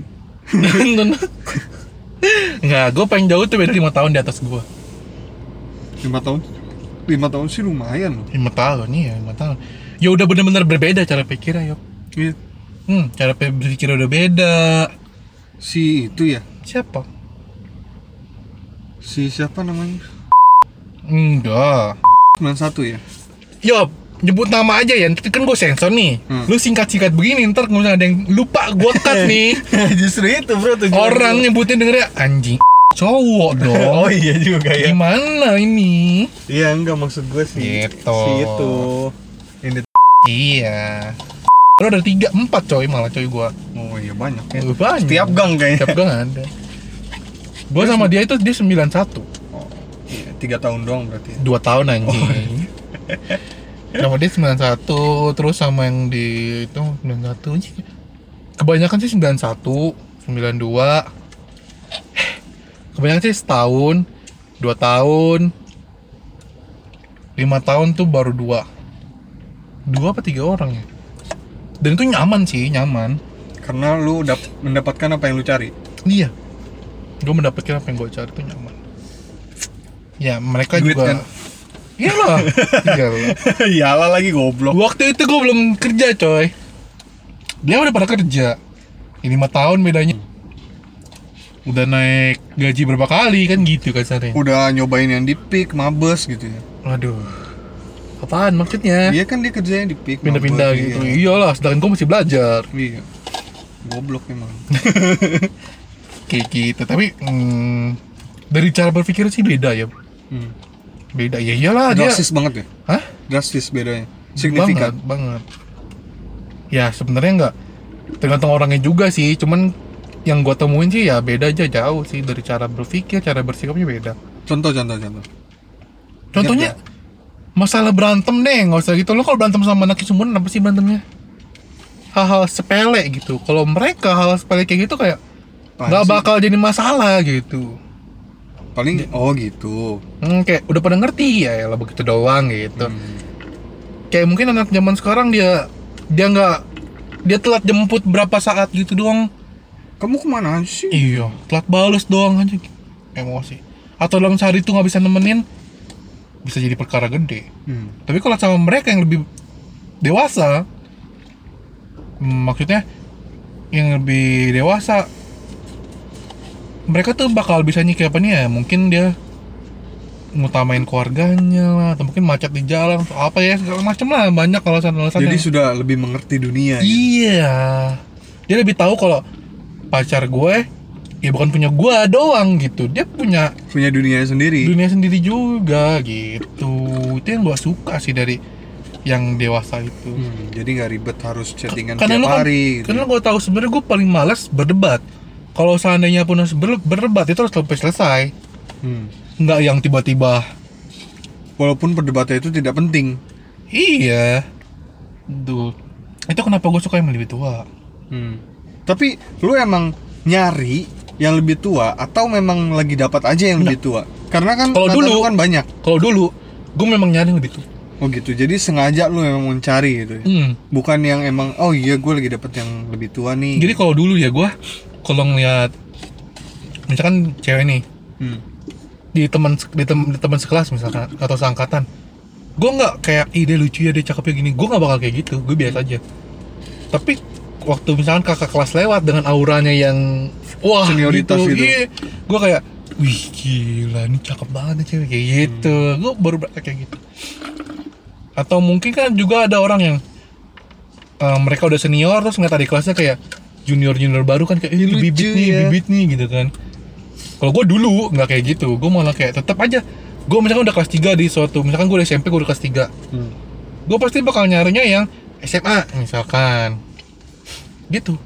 Enggak, gue paling jauh tuh beda lima tahun di atas gue. lima tahun. lima tahun sih lumayan loh. lima tahun, iya lima tahun. Ya udah bener-bener berbeda cara pikirnya, Yok. Iya. Hmm, cara berpikir udah beda. Si itu ya. Siapa? Si siapa namanya? Enggak. sembilan satu ya. Yop, nyebut nama aja ya, nanti kan gue sensor nih. Hmm. Lu singkat-singkat begini, ntar kalau misalnya ada yang lupa gue cut nih. Justru itu bro tuh. Orang nyebutin dengernya anjing cowok dong. Oh iya juga ya. Gimana ini? Iya enggak maksud gue sih. Gitu. Si itu. Ini. Iya. Lu ada tiga, empat coy malah coy gue. Oh iya banyak ya. Oh, banyak. Setiap gang kayaknya. Setiap gang ada. Gue sama dia itu dia sembilan satu. Oh, iya, tiga tahun doang berarti. Dua tahun anjing. Sama dia sembilan satu, terus sama yang di itu sembilan satu. Kebanyakan sih sembilan satu, sembilan dua. Kebanyakan sih setahun, dua tahun, lima tahun tuh baru dua. Dua apa tiga orang ya? Dan itu nyaman sih, nyaman. Karena lu dap- mendapatkan apa yang lu cari. Iya. Gue mendapatkan apa yang gue cari tuh nyaman. Ya mereka Duit juga. kan? Iyalah, iyalah. Iyalah lagi goblok. Waktu itu gue belum kerja coy. Dia udah pada kerja. Ini lima tahun bedanya. Udah naik gaji berapa kali kan gitu kasarnya. Udah nyobain yang di Peak, Mabes gitu ya. Aduh. Apaan maksudnya? Iya kan dia kerjanya di Peak, Pindah-pindah Mabes, gitu. Iya. Iyalah, sedangkan gue masih belajar. Iya. Goblok emang. Kayak gitu. Tapi hmm, dari cara berpikir sih beda ya. Hmm. Beda ya iyalah dia. Drastis banget ya. Hah? Drastis bedanya. Signifikan. Banget, banget. Ya sebenarnya nggak tergantung orangnya juga sih. Cuman yang gue temuin sih ya beda aja jauh sih dari cara berpikir, cara bersikapnya beda. Contoh, contoh, contoh. Contohnya masalah berantem deh, nggak usah gitu. Lo kalau berantem sama anak sumuran apa sih berantemnya? Hal-hal sepele gitu. Kalau mereka hal sepele kayak gitu kayak nggak Apaan sih? bakal jadi masalah gitu. Paling oh gitu. Hmm, kayak udah pada ngerti ya, ya lah begitu doang gitu. Hmm. Kayak mungkin anak zaman sekarang dia dia nggak dia telat jemput berapa saat gitu doang. Kamu kemana aja sih? Iya, telat bales doang aja emosi. Atau dalam sehari itu nggak bisa nemenin, bisa jadi perkara gede. Hmm. Tapi kalau sama mereka yang lebih dewasa, hmm, maksudnya yang lebih dewasa, mereka tuh bakal bisa nyikap apa nih ya? Mungkin dia ngutamain keluarganya lah, atau mungkin macet di jalan, atau apa ya segala macam lah, banyak alasan-alasan. Jadi yang- sudah lebih mengerti dunia. Gitu. Iya, dia lebih tahu kalau pacar gue ya bukan punya gue doang gitu, dia punya Punya dunianya sendiri. dunia sendiri juga gitu. Itu yang gue suka sih dari yang dewasa itu. Hmm, jadi nggak ribet harus chattingan Karena tiap lu kan, hari. Gitu. karena gue tahu sebenarnya gue paling malas berdebat. Kalau seandainya pun harus ber- berdebat itu harus sampai selesai, Hmm. nggak yang tiba-tiba. Walaupun perdebatannya itu tidak penting. Iya, tuh itu kenapa gue suka yang lebih tua. Hmm. Tapi lu emang nyari yang lebih tua atau memang lagi dapat aja yang lebih tua? Karena kan Kalau kata dulu- lu kan banyak. Kalau dulu gue memang nyari yang lebih tua. Oh gitu. Jadi sengaja lu memang mencari gitu ya. Hmm. Bukan yang emang oh iya gue lagi dapat yang lebih tua nih. Jadi kalau dulu ya gue kalau ngeliat misalkan cewek nih Hmm. di teman di teman di teman sekelas misalkan atau seangkatan, gue nggak kayak ide lucu ya dia cakepnya gini, gue nggak bakal kayak gitu, gue biasa aja. Tapi waktu misalkan kakak kelas lewat dengan auranya yang wah Senioritas gitu. iya, gue kayak wih gila ini cakep banget nih cewek kayak gitu, Hmm. gue baru berasa kayak gitu. Atau mungkin kan juga ada orang yang eh, mereka udah senior terus ngeliat adik kelasnya kayak junior junior baru kan kayak ini Lucu bibit nih ya. bibit nih gitu kan. Kalau gue dulu nggak kayak gitu, gue malah kayak tetap aja. Gue misalkan udah kelas tiga di suatu, misalkan gue udah S M P, gue udah kelas tiga, Hmm. gue pasti bakal nyarinya yang S M A misalkan, gitu.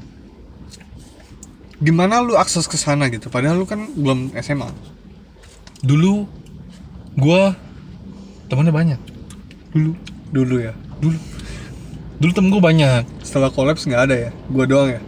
Gimana lu akses ke sana gitu? Padahal lu kan belum S M A. Dulu gue temennya banyak, dulu, Dulu ya. dulu, dulu temen gue banyak. Setelah kolaps nggak ada ya? Gua doang ya?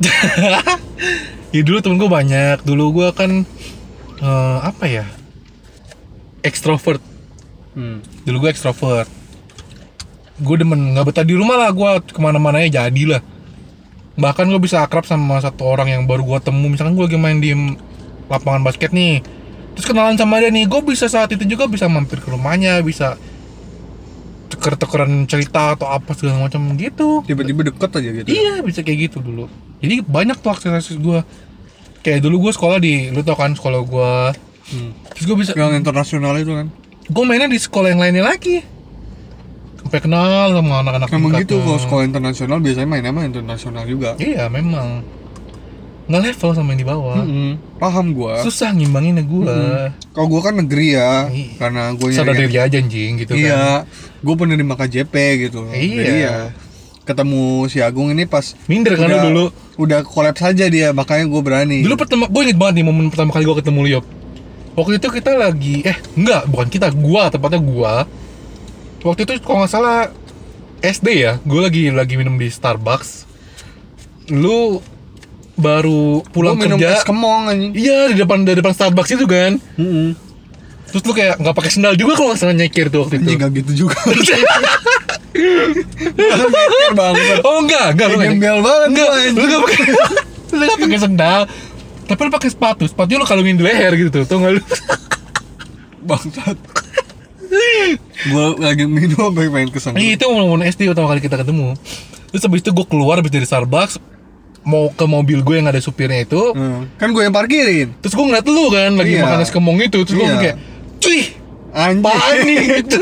Ya dulu temen gue banyak, dulu gue kan eh, apa ya, ekstrovert. Hmm. Dulu gue ekstrovert. Gue demen nggak betah di rumah lah, gue kemana-mana ya jadi lah. Bahkan gue bisa akrab sama satu orang yang baru gue temu. Misalkan gue lagi main di lapangan basket nih, terus kenalan sama dia nih, gue bisa saat itu juga bisa mampir ke rumahnya, bisa tuker-tukeran cerita atau apa segala macam gitu. Tiba-tiba deket aja gitu. Iya, bisa kayak gitu dulu. Jadi banyak tuh akses gue. Kayak dulu gue sekolah di, lu tau kan sekolah gue. Hmm. Terus gue bisa, Yang internasional itu kan. gue mainnya di sekolah yang lainnya lagi. Sampai kenal sama anak-anak Memang tingkatnya. gitu, kalau sekolah internasional biasanya mainnya sama internasional juga. Iya, memang nggak level sama yang di bawah. Mm-mm. Paham gua. Susah ngimbanginnya gue. Kalau gua kan negeri ya, Iya. karena gua Sadar nyari. diri aja anjing gitu kan. Iya, gua penerima K J P gitu. Iya. Jadi ya, ketemu si Agung ini pas Minder kan lu udah, dulu. udah kolaps aja dia, makanya gua berani. Dulu pertama, gue inget banget nih momen pertama kali gue ketemu lu, Yop. Waktu itu kita lagi, eh enggak, bukan kita, gua, tepatnya gua. Waktu itu kalau nggak salah S D ya, gue lagi lagi minum di Starbucks. Lu baru pulang Gua minum kerja. es kemong anjing. Iya, di depan di depan Starbucks itu kan. Heeh. Terus lu kayak nggak pakai sendal juga kalau nggak salah nyekir tuh waktu itu. Anjing gak gitu juga. Mikir banget. Oh enggak, enggak lu nggak Gembel banget enggak, gua, lu anjing. nggak pakai lu nggak pakai sendal. Tapi lu pakai sepatu, sepatunya lu kalungin di leher gitu tuh, tau nggak lu? Bangsat. Gua lagi minum sampai pengen kesana. Iya, itu momen S D pertama kali kita ketemu. Terus habis itu gue keluar habis dari Starbucks, mau ke mobil gue yang ada supirnya itu. Hmm. Kan gue yang parkirin. Terus gue ngeliat lu kan lagi Iya. makan es kemong itu. Terus gue Iya. kayak, cuy, Anjing. apaan nih gitu.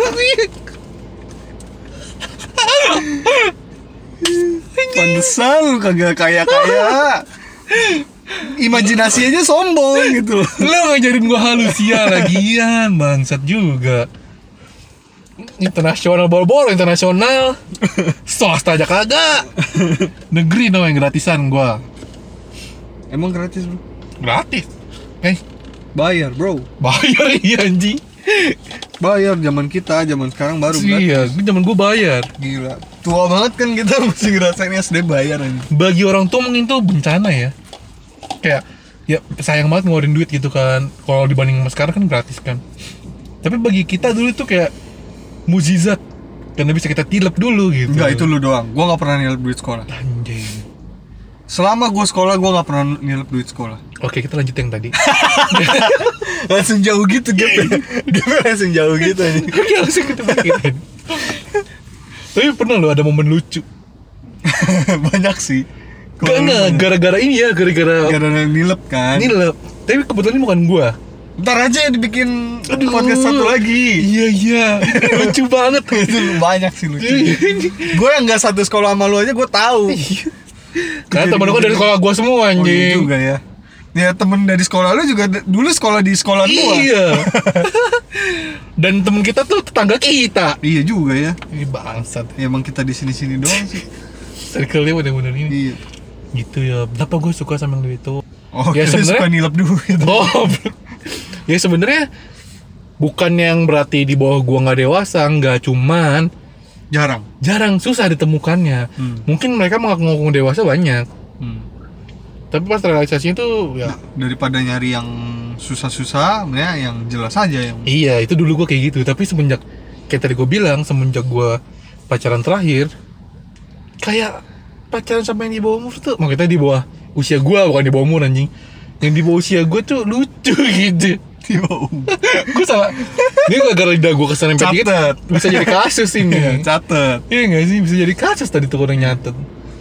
Pantesan lu kagak kaya-kaya. Imajinasi aja sombong gitu loh. Lu ngajarin gue halusia lagian, bangsat juga. Internasional boro-boro, internasional. Swasta aja kagak. Negeri dong yang gratisan gue. Emang gratis bro? Gratis. Eh, Bayar bro. bayar iya anjing. Bayar zaman kita, zaman sekarang baru gratis. Iya, zaman gue bayar. Gila. Tua banget kan kita masih ngerasain S D bayar aja. Bagi orang tua mungkin tuh bencana ya. Kayak ya sayang banget ngeluarin duit gitu kan. Kalau dibanding sama sekarang kan gratis kan. Tapi bagi kita dulu tuh kayak mukjizat karena bisa kita tilep dulu gitu. Enggak, itu lu doang. Gua nggak pernah nilep duit sekolah. Anjing. Selama gua sekolah, gua nggak pernah nilep duit sekolah. Oke, kita lanjut yang tadi. Langsung jauh gitu gapnya. Gapnya langsung jauh gitu aja. Oke, langsung kita bangkitin. Tapi pernah lo ada momen lucu. Banyak sih. Gak, enggak, gara-gara ini ya, gara-gara Gak ada yang nilep kan. ini lah. Tapi kebetulan ini bukan gua. Ntar aja dibikin Aduh. podcast satu lagi. Iya, iya. Lucu banget. Itu banyak sih lucu. Iya. Gue yang gak satu sekolah sama lu aja gue tahu. Karena temen gua dari sekolah gua semua Oh, iya anjing. juga ya. Ya temen dari sekolah lu juga d- dulu sekolah di sekolah gua. Iya. Dan temen kita tuh tetangga kita. Iya juga ya. Ini bangsat. Ya emang kita di sini-sini doang sih. Circle-nya bener-bener ini. Iya. Gitu ya. Kenapa gue suka sama yang itu? Oh, Ya, ya sebenarnya- suka nilep duit. Oh. Ya sebenarnya bukan yang berarti di bawah gua nggak dewasa, nggak, cuman Jarang. jarang, susah ditemukannya. Hmm. Mungkin mereka mengaku-ngaku dewasa banyak, Hmm. tapi pas realisasinya tuh ya Daripada nyari yang susah-susah, ya yang jelas aja yang. iya, itu dulu gua kayak gitu. Tapi semenjak kayak tadi gua bilang, semenjak gua pacaran terakhir, kayak pacaran sama yang di bawah umur tuh, maksudnya di bawah usia gua, bukan di bawah umur anjing. Yang di bawah usia gua tuh lucu gitu. Gue salah. Ini gara-gara lidah gue kesana dikit, Catet. bisa jadi kasus Iya, ini. catet. Iya nggak sih, bisa jadi kasus tadi tuh orang nyatet.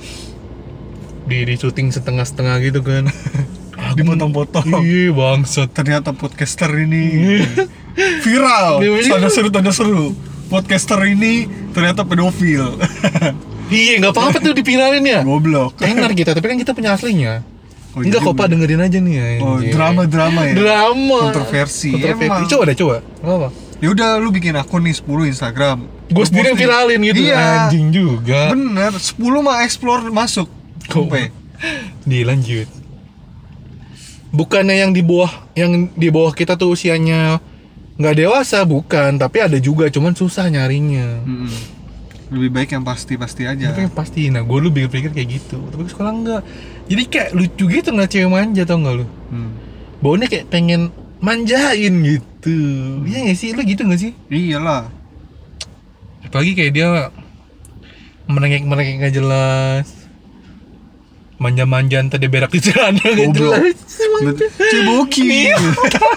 Di di syuting setengah-setengah gitu kan. Dipotong-potong. Iya bangsat. Ternyata podcaster ini viral. Iya. Tanda seru, tanda seru. Podcaster ini ternyata pedofil. Iya nggak apa-apa tuh dipiralin ya. Goblok. Tenar kita, tapi kan kita punya aslinya. Oh, Enggak jadi kok Pak, bener. dengerin aja nih ya. Oh, anjing. drama-drama ya. Drama. Kontroversi, Kontroversi. emang. Coba deh, coba. Apa? Ya udah lu bikin akun nih sepuluh Instagram. Gue Lu sendiri yang posting. viralin gitu. Iya. Anjing juga. Bener, sepuluh mah explore masuk. Kok Sampai. dilanjut. Bukannya yang di bawah yang di bawah kita tuh usianya nggak dewasa, bukan, tapi ada juga, cuman susah nyarinya. Mm-mm. Lebih baik yang pasti-pasti aja. Tapi yang pasti, nah gue lu pikir-pikir kayak gitu, tapi sekarang enggak. Jadi kayak lucu gitu ngeliat cewek manja, tau nggak lu? Hmm. Baunya kayak pengen manjain gitu. Iya nggak sih, lu gitu nggak sih? Iyalah. Apalagi kayak dia merengek-merengek nggak jelas, manja-manja entar dia berak di celana nggak Goblok. jelas. Ceboki. Iya.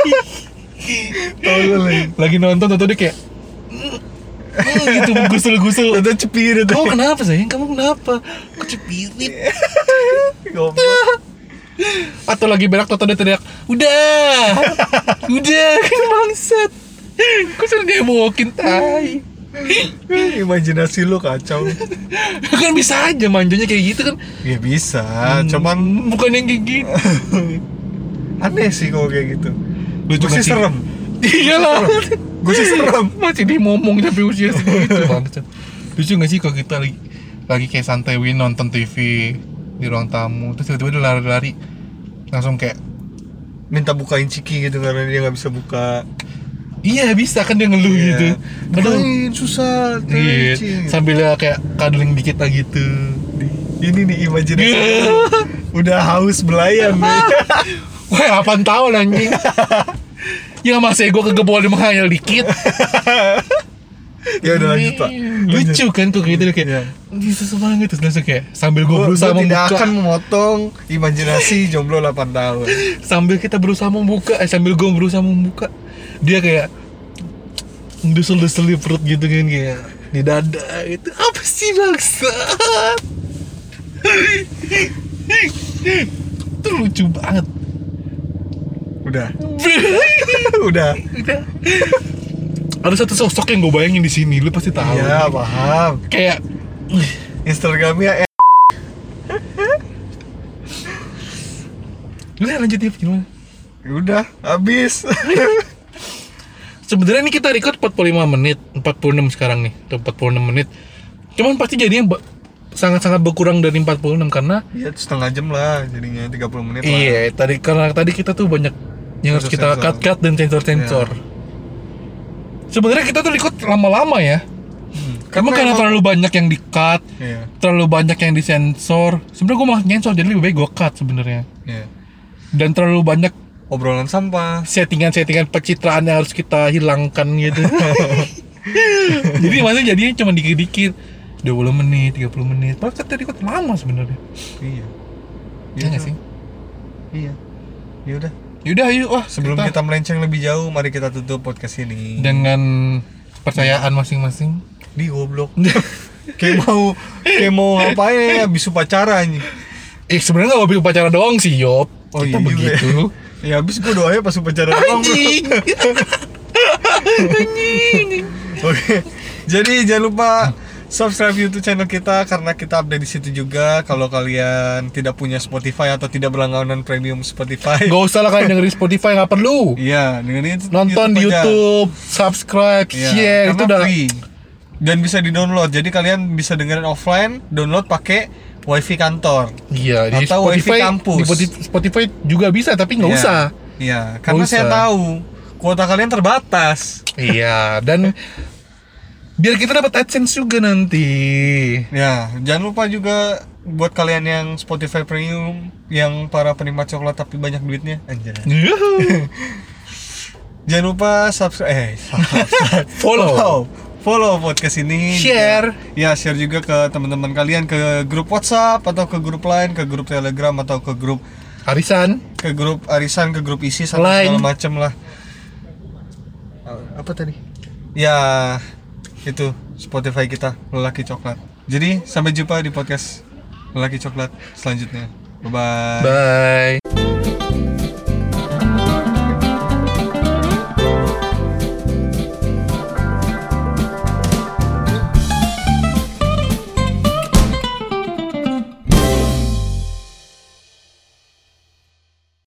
Tolol lagi. Lagi nonton atau dia kayak "Mm, mm," gitu gusul-gusul. Atau cepirit. Kamu kenapa sayang? Kamu kenapa? Kok cepirit? Goblok. Atau lagi berak atau dia teriak, udah, udah, kan bangsat. Kok sudah dia mungkin tai. Imajinasi lu kacau. Kan bisa aja manjanya kayak gitu kan. Ya bisa, Hmm, cuman bukan yang kayak gitu. aneh sih kalau kayak gitu. Lucu Gue sih nggak sih? serem. Iyalah. Gue sih serem. Masih dimomong sampai usia segitu bangsat. Lucu gak sih kalau kita lagi lagi kayak santai win nonton T V di ruang tamu, terus tiba-tiba dia lari-lari langsung kayak Minta bukain ciki gitu karena dia nggak bisa buka. iya bisa kan dia ngeluh Iya. gitu. Aduh, Bukain susah. iya. Cing. Sambil dia kayak cuddling dikit lah gitu. Ini nih imajinasi. Udah haus belayan nih. Wah, delapan tahun anjing. Ya masih gue kegebol dia menghayal dikit. Ya udah lanjut, Pak. Lucu kan tuh gitu kayak Iya. ini susah banget terus langsung kayak sambil gue Gue berusaha tidak membuka akan memotong imajinasi jomblo delapan tahun. sambil kita berusaha membuka eh sambil gue berusaha membuka dia kayak dusel-dusel di perut gitu kan kayak di dada itu apa sih bangsat. Itu lucu banget. Udah. Udah. Udah. Ada satu sosok yang gue bayangin di sini, lu pasti tahu. Iya, paham. Kayak Instagramnya eh. udah lanjut ya gimana? Udah, habis. Sebenarnya ini kita record empat puluh lima menit, empat puluh enam sekarang nih, atau empat puluh enam menit. Cuman pasti jadinya ba- sangat-sangat berkurang dari empat puluh enam karena Iya, setengah jam lah jadinya tiga puluh menit lah. iya, tadi karena tadi kita tuh banyak yang harus kita Sensor-sensor. cut-cut dan sensor-sensor. Sebenarnya kita tuh record lama-lama ya. Hmm. Karena karena emang- terlalu banyak yang di-cut, Iya, terlalu banyak yang disensor. Sebenarnya gue malah nyensor, jadi lebih baik gue cut sebenarnya. iya. Dan terlalu banyak Obrolan sampah. settingan-settingan pencitraan yang harus kita hilangkan gitu. Jadi maksudnya jadinya cuma dikit-dikit dua puluh menit, tiga puluh menit. Padahal kita record lama sebenarnya. Iya. Iya nggak sih? Iya. Ya udah. Yaudah yuk, wah Sebelum kita... melenceng lebih jauh, mari kita tutup podcast ini. dengan percayaan masing-masing. Di goblok. Kayak mau kayak mau ngapain ya, habis upacara anjing. Eh sebenarnya nggak mau upacara doang sih, Yop. Oh, Kita iya juga ya. begitu. Ya habis gue doanya pas upacara doang. Anjing. Oke. Jadi jangan lupa subscribe YouTube channel kita karena kita update di situ juga. Kalau kalian tidak punya Spotify atau tidak berlangganan premium Spotify, Gak usah lah kalian dengerin Spotify, nggak perlu. iya, dengerin Nonton di aja. YouTube, subscribe, Iya, share itu karena udah. free. Dan bisa di-download. Jadi kalian bisa dengerin offline, download pakai wifi kantor. Iya, di Atau wifi Spotify, kampus. di Spotify- Spotify juga bisa, tapi nggak Iya. usah. Iya, karena Nggak saya usah. tahu kuota kalian terbatas. Iya, dan biar kita dapat AdSense juga nanti. Ya, jangan lupa juga buat kalian yang Spotify Premium, yang para penikmat coklat tapi banyak duitnya, anjay. Jangan lupa subscribe, eh, Follow. follow, follow podcast ini. Share. Ya, share juga ke teman-teman kalian ke grup WhatsApp atau ke grup lain, ke grup Telegram atau ke grup Arisan, ke grup arisan, ke grup isi atau Line. segala macem lah. Apa tadi? Ya, itu Spotify kita Lelaki Coklat. Jadi sampai jumpa di podcast Lelaki Coklat selanjutnya. Bye bye. bye.